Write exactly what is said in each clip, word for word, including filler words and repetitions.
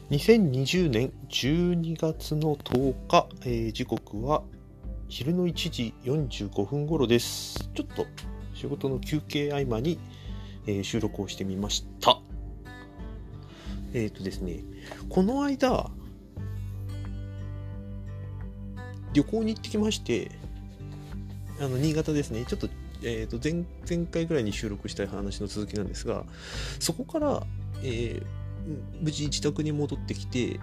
にせんにじゅうねんじゅうにがつのとおか、えー、時刻は昼のいちじよんじゅうごふん頃です。ちょっと仕事の休憩合間に、えー、収録をしてみました。えっとですね、この間旅行に行ってきまして、あの新潟ですね。ちょっと、えー、と 前, 前回ぐらいに収録した話の続きなんですが、そこから、えー、無事自宅に戻ってきて、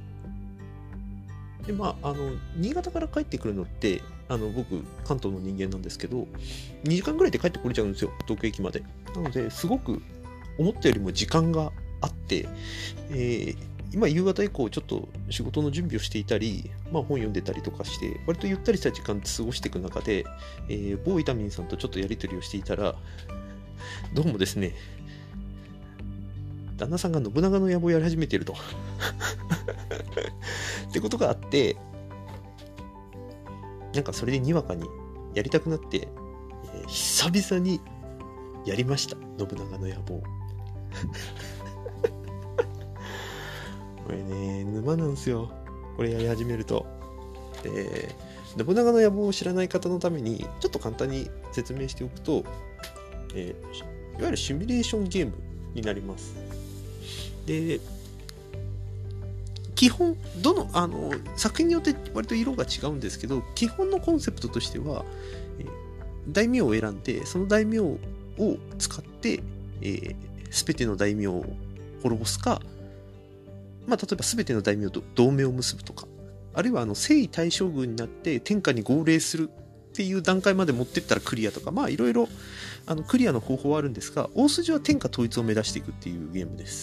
でまあ、あの新潟から帰ってくるのってあの僕関東の人間なんですけど、にじかんぐらいで帰ってこれちゃうんですよ、東京駅まで。なのですごく思ったよりも時間があって、えー、今夕方以降ちょっと仕事の準備をしていたり、まあ、本読んでたりとかして割とゆったりした時間過ごしていく中で、えー、某イタミンさんとちょっとやり取りをしていたら、どうもですね、旦那さんが信長の野望をやり始めているとってことがあって、なんかそれでにわかにやりたくなって、えー、久々にやりました、信長の野望これね、沼なんですよ、これやり始めると。で、信長の野望を知らない方のためにちょっと簡単に説明しておくと、えー、いわゆるシミュレーションゲームになります。で、基本どのあの作品によって割と色が違うんですけど、基本のコンセプトとしては、えー、大名を選んでその大名を使って、えー、全ての大名を滅ぼすか、まあ、例えば全ての大名と同盟を結ぶとか、あるいはあの征夷大将軍になって天下に号令するっていう段階まで持ってったらクリアとか、まあいろいろあのクリアの方法はあるんですが、大筋は天下統一を目指していくっていうゲームです。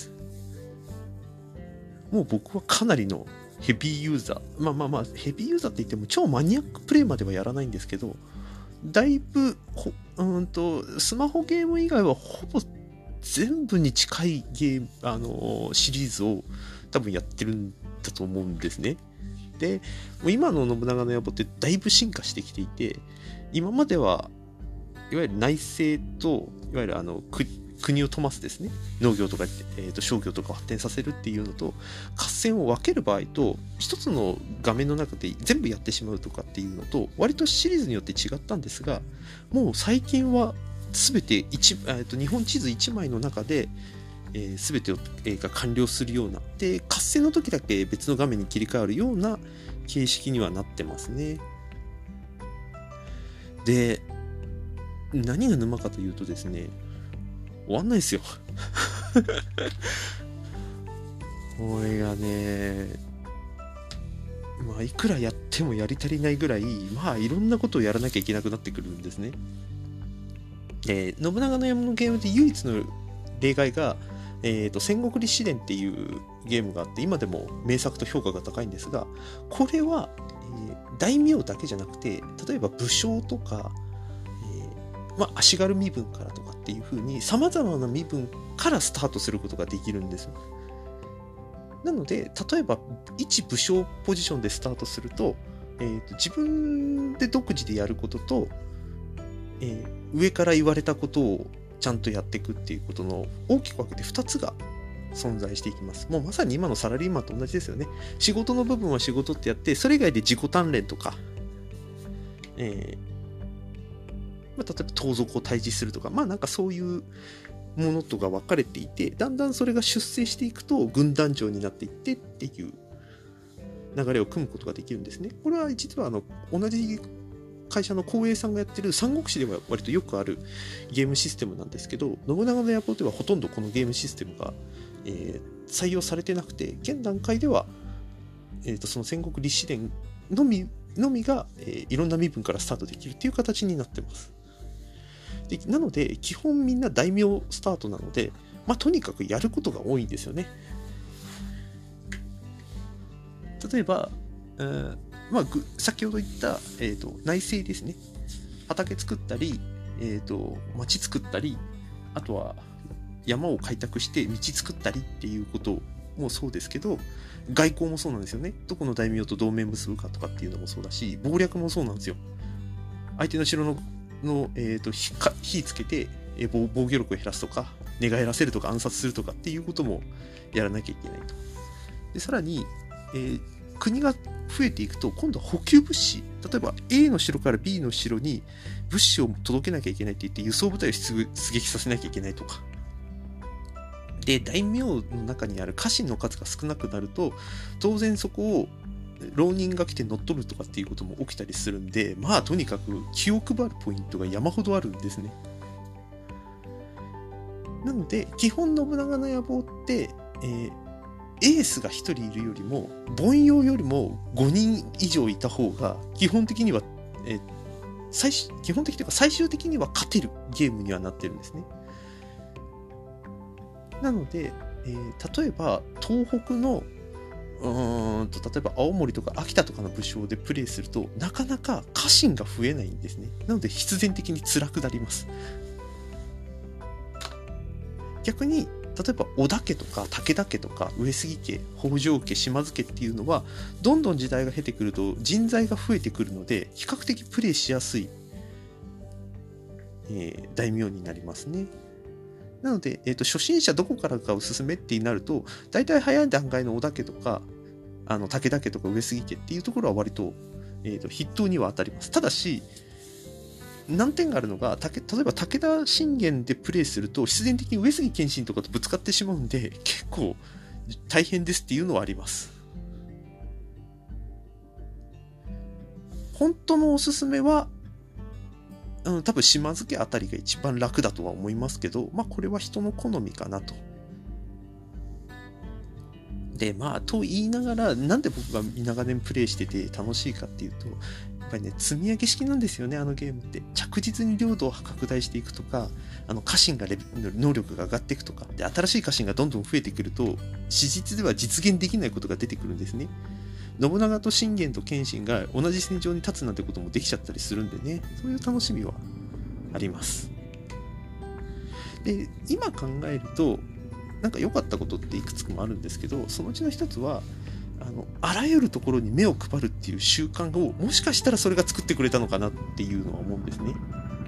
もう僕はかなりのヘビーユーザー、まあまあまあヘビーユーザーって言っても超マニアックプレイまではやらないんですけど、だいぶうんとスマホゲーム以外はほぼ全部に近いゲーム、あのー、シリーズを多分やってるんだと思うんですね。で、もう今の信長の野望ってだいぶ進化してきていて、今まではいわゆる内政といわゆるあの国を富ますですね、農業とか、えー、と商業とかを発展させるっていうのと、合戦を分ける場合と一つの画面の中で全部やってしまうとかっていうのと割とシリーズによって違ったんですが、もう最近は全て一、えー、と日本地図いちまいの中で、えー、全てを、えー、が完了するような、で合戦の時だけ別の画面に切り替わるような形式にはなってますね。で、何が沼かというとですね、終わんないですよこれがね、まあいくらやってもやり足りないぐらい、まあいろんなことをやらなきゃいけなくなってくるんですね。えー、信長の野望のゲームで唯一の例外が、えーと、戦国立志伝っていうゲームがあって、今でも名作と評価が高いんですが、これは、えー、大名だけじゃなくて、例えば武将とか、えーまあ、足軽身分からとかっていう風に様々な身分からスタートすることができるんですよ。なので、例えば一武将ポジションでスタートすると、えーと、自分で独自でやることと、えー、上から言われたことをちゃんとやっていくっていうことの大きく分けてふたつが存在していきます。もうまさに今のサラリーマンと同じですよね。仕事の部分は仕事ってやって、それ以外で自己鍛錬とか、えーまあ、例えば盗賊を退治するとか、まあなんかそういうものとが分かれていて、だんだんそれが出世していくと軍団長になっていってっていう流れを組むことができるんですね。これは実はあの同じ会社の光栄さんがやってる三国志では割とよくあるゲームシステムなんですけど、信長の野望ではほとんどこのゲームシステムが、えー、採用されてなくて、現段階では、えー、とその戦国立志伝のみのみが、えー、いろんな身分からスタートできるっていう形になってます。でなので基本みんな大名スタートなので、まあ、とにかくやることが多いんですよね。例えば、えーまあ、先ほど言った、えーと、内政ですね。畑作ったり、えーと、町作ったり、あとは山を開拓して道作ったりっていうこともそうですけど、外交もそうなんですよね。どこの大名と同盟結ぶかとかっていうのもそうだし、謀略もそうなんですよ。相手の城の、のえーと、火、火つけて、えー、防御力を減らすとか、寝返らせるとか暗殺するとかっていうこともやらなきゃいけないと。 でさらに、えー、国が増えていくと今度は補給物資、例えば A の城から B の城に物資を届けなきゃいけないって言って輸送部隊を出撃させなきゃいけないとかで、大名の中にある家臣の数が少なくなると当然そこを浪人が来て乗っ取るとかっていうことも起きたりするんで、まあとにかく気を配るポイントが山ほどあるんですね。なので基本信長の野望って、えー、エースがひとりいるよりも凡庸よりもごにん以上いた方が基本的には、えー、最基本的というか最終的には勝てるゲームにはなってるんですね。なので、えー、例えば東北のうーんと例えば青森とか秋田とかの武将でプレイするとなかなか家臣が増えないんですね。なので必然的に辛くなります。逆に例えば織田家とか武田家とか上杉家、北条家、島津家っていうのはどんどん時代が経てくると人材が増えてくるので比較的プレイしやすい、えー、大名になりますね。なので、えーと、初心者どこからがおすすめってなると大体早い段階の織田家とかあの武田家とか上杉家っていうところは割と、えーと、筆頭には当たります。ただし難点があるのが、例えば武田信玄でプレイすると必然的に上杉謙信とかとぶつかってしまうんで結構大変ですっていうのはあります。本当のおすすめは、うん、多分島津家あたりが一番楽だとは思いますけど、まあこれは人の好みかなと。でまあと言いながらなんで僕が長年プレイしてて楽しいかっていうと、やっぱりね積み上げ式なんですよね。あのゲームって着実に領土を拡大していくとか、あの家臣がレベ能力が上がっていくとかで、新しい家臣がどんどん増えてくると史実では実現できないことが出てくるんですね。信長と信玄と謙信が同じ戦場に立つなんてこともできちゃったりするんでね、そういう楽しみはあります。で今考えるとなんか良かったことっていくつもあるんですけど、そのうちの一つはあのあらゆるところに目を配るっていう習慣をもしかしたらそれが作ってくれたのかなっていうのは思うんですね。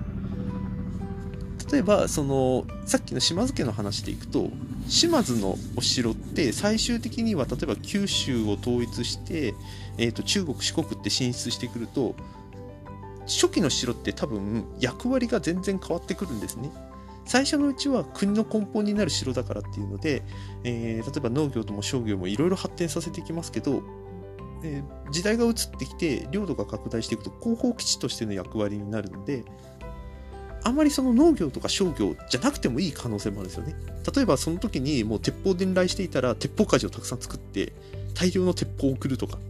例えばそのさっきの島津家の話でいくと、島津のお城って最終的には例えば九州を統一して、えーと、中国四国って進出してくると初期の城って多分役割が全然変わってくるんですね。最初のうちは国の根本になる城だからっていうので、えー、例えば農業とも商業もいろいろ発展させていきますけど、えー、時代が移ってきて領土が拡大していくと後方基地としての役割になるので、あんまりその農業とか商業じゃなくてもいい可能性もあるんですよね。例えばその時にもう鉄砲伝来していたら鉄砲鍛冶をたくさん作って大量の鉄砲を送るとか、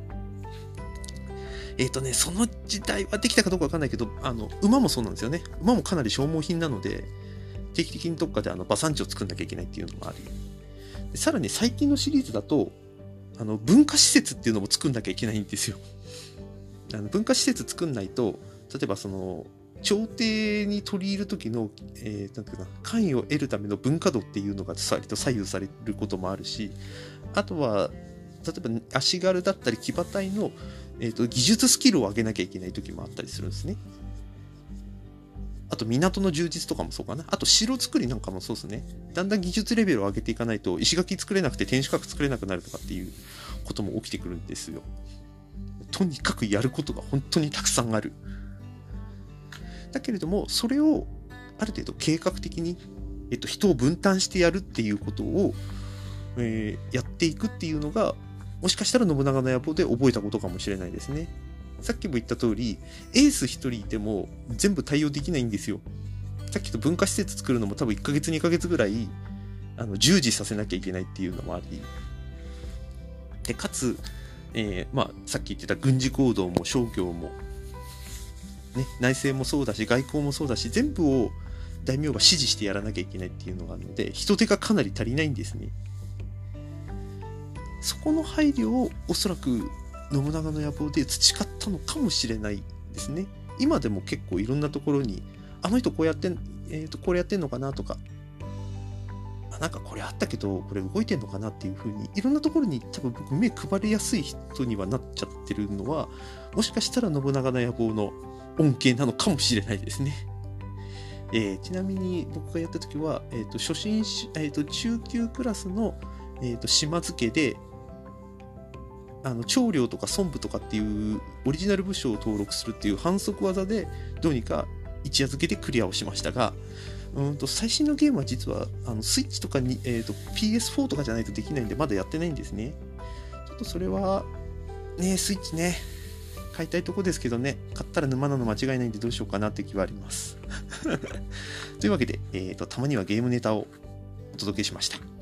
えっとねその時代はできたかどうかわかんないけど、あの馬もそうなんですよね。馬もかなり消耗品なので定期的にどっかであの馬産地を作んなきゃいけないっていうのもあり、でさらに最近のシリーズだとあの文化施設っていうのも作んなきゃいけないんですよ。あの文化施設作んないと、例えばその朝廷に取り入る時の、えー、なんていうかな、官位を得るための文化度っていうのが割と左右されることもあるし、あとは例えば足軽だったり騎馬隊の、えーと、技術スキルを上げなきゃいけない時もあったりするんですね。あと港の充実とかもそうかな。あと城作りなんかもそうですね。だんだん技術レベルを上げていかないと石垣作れなくて天守閣作れなくなるとかっていうことも起きてくるんですよ。とにかくやることが本当にたくさんある。だけれどもそれをある程度計画的に、えっと、人を分担してやるっていうことを、えー、やっていくっていうのがもしかしたら信長の野望で覚えたことかもしれないですね。さっきも言った通りエースひとりいても全部対応できないんですよ。さっきと文化施設作るのも多分いっかげつにかげつぐらいあの従事させなきゃいけないっていうのもありで、かつ、えーまあ、さっき言ってた軍事行動も商業も、ね、内政もそうだし外交もそうだし全部を大名が指示してやらなきゃいけないっていうのがあるので人手がかなり足りないんですね。そこの配慮をおそらく信長の野望で培ったのかもしれないですね。今でも結構いろんなところにあの人こうやってん、えーとこれやってんのかなとか、あなんかこれあったけどこれ動いてんのかなっていう風にいろんなところに多分僕目配りやすい人にはなっちゃってるのはもしかしたら信長の野望の恩恵なのかもしれないですね。えー、ちなみに僕がやった時は、えーと初心、えーと中級クラスの、えーと島津家であの長領とか孫武とかっていうオリジナル武将を登録するっていう反則技でどうにか一夜漬けでクリアをしましたが、うんと最新のゲームは実はあのスイッチとかに、えーと ピーエスフォー とかじゃないとできないんでまだやってないんですね。ちょっとそれはね、スイッチね買いたいとこですけどね、買ったら沼なの間違いないんでどうしようかなって気はありますというわけで、えーとたまにはゲームネタをお届けしました。